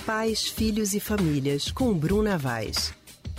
Pais, Filhos e Famílias, com Bruna Vaz.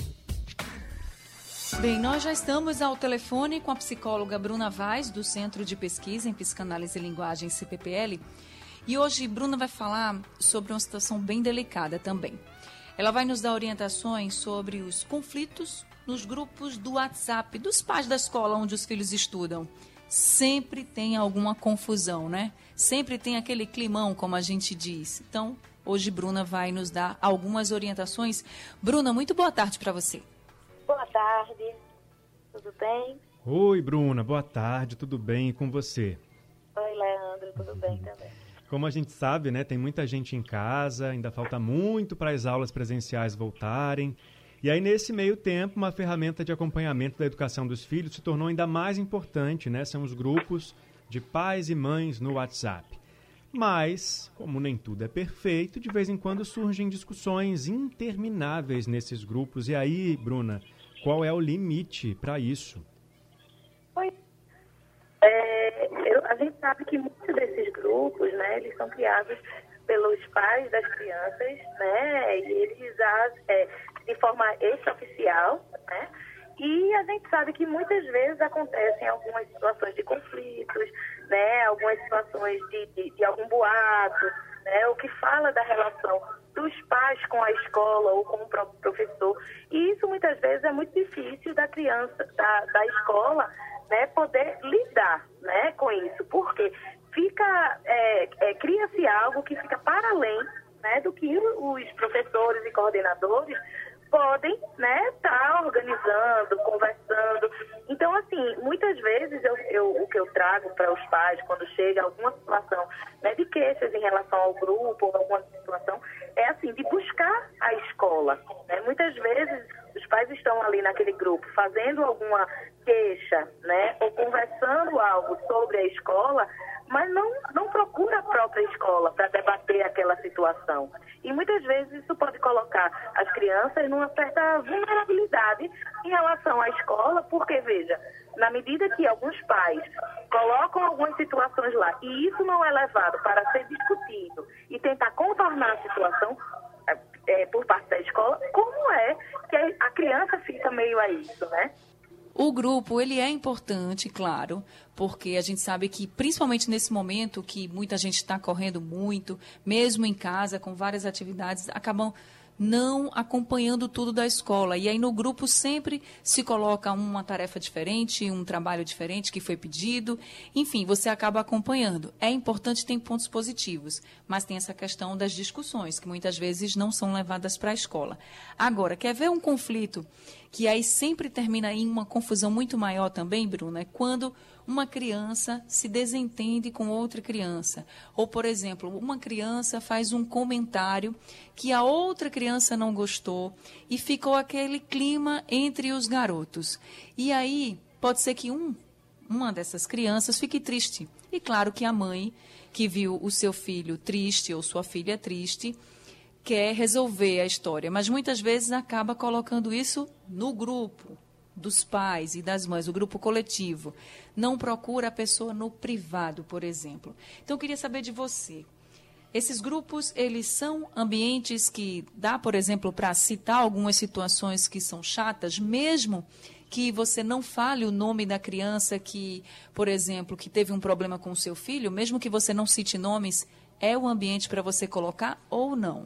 Bem, nós já estamos ao telefone com a psicóloga Bruna Vaz, do Centro de Pesquisa em Psicanálise e Linguagem, CPPL. E hoje Bruna vai falar sobre uma situação bem delicada também. Ela vai nos dar orientações sobre os conflitos nos grupos do WhatsApp dos pais da escola onde os filhos estudam. Sempre tem alguma confusão, né? Sempre tem aquele climão, como a gente diz. Então, hoje Bruna vai nos dar algumas orientações. Bruna, muito boa tarde para você. Boa tarde, tudo bem? Oi, Bruna, boa tarde, tudo bem e com você? Oi, Leandro, tudo bem também? Como a gente sabe, né, tem muita gente em casa, ainda falta muito para as aulas presenciais voltarem. E aí, nesse meio tempo, uma ferramenta de acompanhamento da educação dos filhos se tornou ainda mais importante, né? São os grupos de pais e mães no WhatsApp. Mas, como nem tudo é perfeito, de vez em quando surgem discussões intermináveis nesses grupos. E aí, Bruna, qual é o limite para isso? A gente sabe que muitos desses grupos, né, eles são criados pelos pais das crianças, né, e eles de forma extraoficial, né, e a gente sabe que muitas vezes acontecem algumas situações de conflitos, né, algumas situações de algum boato, né, o que fala da relação dos pais com a escola ou com o próprio professor. E isso muitas vezes é muito difícil da criança, da escola, né, poder lidar, né, com isso, porque cria-se algo que fica para além, né, do que os professores e coordenadores podem, né, estar organizando, conversando. Então, assim, muitas vezes o que eu trago para os pais quando chega alguma situação, né, de queixas em relação ao grupo ou alguma situação, é assim, de buscar a escola, né? Muitas vezes os pais estão ali naquele grupo fazendo alguma queixa, né, ou conversando algo sobre a escola, mas não procura a própria escola para debater aquela situação. E muitas vezes isso pode colocar as crianças numa certa vulnerabilidade em relação à escola, porque, veja, na medida que alguns pais colocam algumas situações lá e isso não é levado para ser discutido e tentar contornar a situação por parte da escola, como é que a criança fica meio a isso, né? O grupo, ele é importante, claro, porque a gente sabe que, principalmente nesse momento que muita gente está correndo muito, mesmo em casa, com várias atividades, acabam não acompanhando tudo da escola. E aí no grupo sempre se coloca uma tarefa diferente, um trabalho diferente que foi pedido. Enfim, você acaba acompanhando. É importante, tem pontos positivos, mas tem essa questão das discussões, que muitas vezes não são levadas para a escola. Agora, quer ver um conflito que aí sempre termina em uma confusão muito maior também, Bruna? É quando uma criança se desentende com outra criança. Ou, por exemplo, uma criança faz um comentário que a outra criança não gostou e ficou aquele clima entre os garotos. E aí, pode ser que uma dessas crianças fique triste. E claro que a mãe, que viu o seu filho triste ou sua filha triste, quer resolver a história, mas muitas vezes acaba colocando isso no grupo dos pais e das mães, o grupo coletivo. Não procura a pessoa no privado, por exemplo. Então, eu queria saber de você. Esses grupos, eles são ambientes que dá, por exemplo, para citar algumas situações que são chatas, mesmo que você não fale o nome da criança que, por exemplo, que teve um problema com o seu filho, mesmo que você não cite nomes, é o ambiente para você colocar ou não?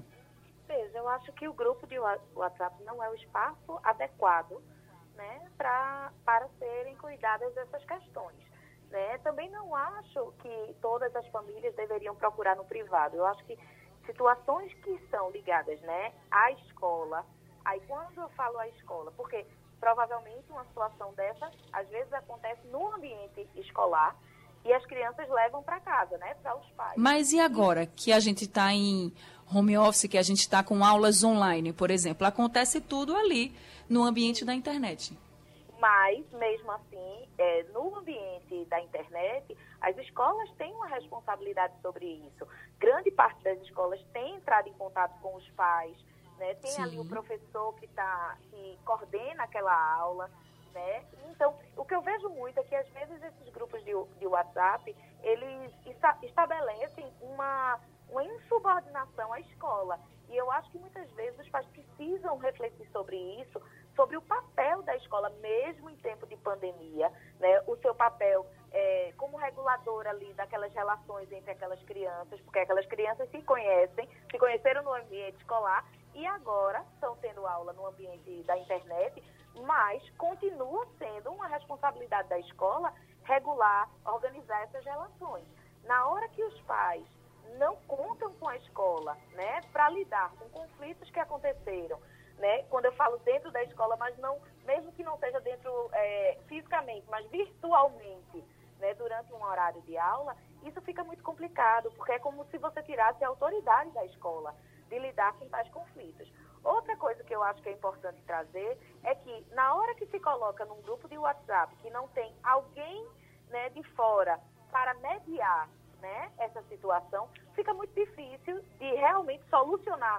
Eu acho que o grupo de WhatsApp não é o espaço adequado, né, para serem cuidadas essas questões, né? Também não acho que todas as famílias deveriam procurar no privado. Eu acho que situações que são ligadas, né, à escola, aí quando eu falo à escola, porque provavelmente uma situação dessa às vezes acontece no ambiente escolar e as crianças levam para casa, né, para os pais. Mas e agora que a gente está em home office, que a gente está com aulas online, por exemplo? Acontece tudo ali, no ambiente da internet. Mas, mesmo assim, no ambiente da internet, as escolas têm uma responsabilidade sobre isso. Grande parte das escolas tem entrado em contato com os pais, né? Tem Sim. ali o professor que coordena aquela aula, né? Então, o que eu vejo muito é que, às vezes, esses grupos de WhatsApp, eles estabelecem uma insubordinação à escola. E eu acho que muitas vezes os pais precisam refletir sobre isso, sobre o papel da escola, mesmo em tempo de pandemia, né? O seu papel como regulador ali daquelas relações entre aquelas crianças, porque aquelas crianças se conheceram no ambiente escolar e agora estão tendo aula no ambiente da internet, mas continua sendo uma responsabilidade da escola regular, organizar essas relações. Na hora que os pais não contam com a escola, né, para lidar com conflitos que aconteceram, né, quando eu falo dentro da escola, mas não, mesmo que não seja dentro fisicamente, mas virtualmente, né, durante um horário de aula, isso fica muito complicado, porque é como se você tirasse a autoridade da escola de lidar com tais conflitos. Outra coisa que eu acho que é importante trazer é que na hora que se coloca num grupo de WhatsApp que não tem alguém, né, de fora para mediar, né, essa situação, fica muito difícil de realmente solucionar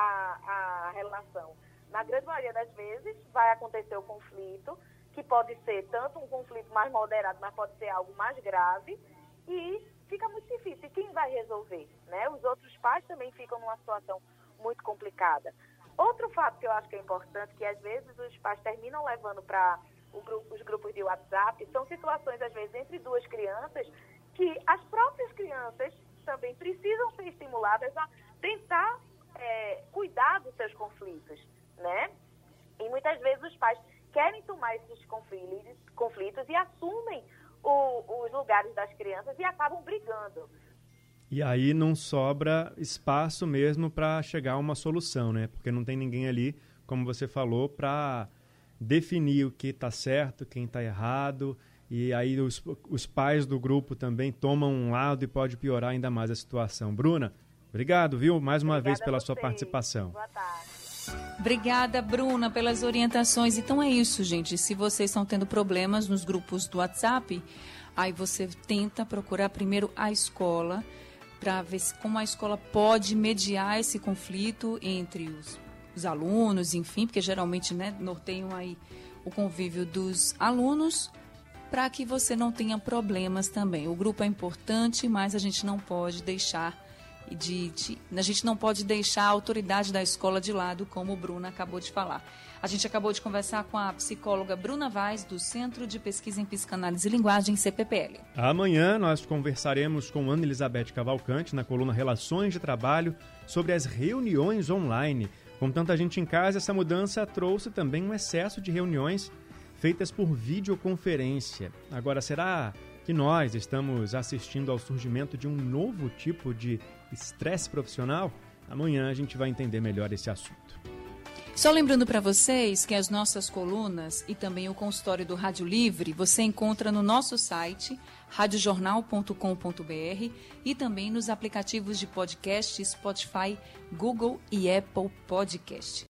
a relação. Na grande maioria das vezes vai acontecer o conflito, que pode ser tanto um conflito mais moderado, mas pode ser algo mais grave, e fica muito difícil. E quem vai resolver, né? Os outros pais também ficam numa situação muito complicada. Outro fato que eu acho que é importante, que às vezes os pais terminam levando para os grupos de WhatsApp, são situações, às vezes, entre duas crianças, que as próprias crianças também precisam ser estimuladas a tentar cuidar dos seus conflitos, né? E muitas vezes os pais querem tomar esses conflitos e assumem os lugares das crianças e acabam brigando. E aí não sobra espaço mesmo para chegar a uma solução, né? Porque não tem ninguém ali, como você falou, para definir o que está certo, quem está errado. E aí os pais do grupo também tomam um lado e pode piorar ainda mais a situação. Bruna, obrigado, viu? Mais uma vez pela sua participação. Boa tarde. Obrigada, Bruna, pelas orientações. Então é isso, gente. Se vocês estão tendo problemas nos grupos do WhatsApp, aí você tenta procurar primeiro a escola para ver como a escola pode mediar esse conflito entre os alunos, enfim, porque geralmente, né, norteiam aí o convívio dos alunos, para que você não tenha problemas também. O grupo é importante, mas a gente não pode deixar a gente não pode deixar a autoridade da escola de lado, como o Bruna acabou de falar. A gente acabou de conversar com a psicóloga Bruna Vaz, do Centro de Pesquisa em Psicanálise e Linguagem, CPPL. Amanhã nós conversaremos com Ana Elizabeth Cavalcante, na coluna Relações de Trabalho, sobre as reuniões online. Com tanta gente em casa, essa mudança trouxe também um excesso de reuniões feitas por videoconferência. Agora, será que nós estamos assistindo ao surgimento de um novo tipo de estresse profissional? Amanhã a gente vai entender melhor esse assunto. Só lembrando para vocês que as nossas colunas e também o consultório do Rádio Livre você encontra no nosso site radiojornal.com.br e também nos aplicativos de podcast Spotify, Google e Apple Podcast.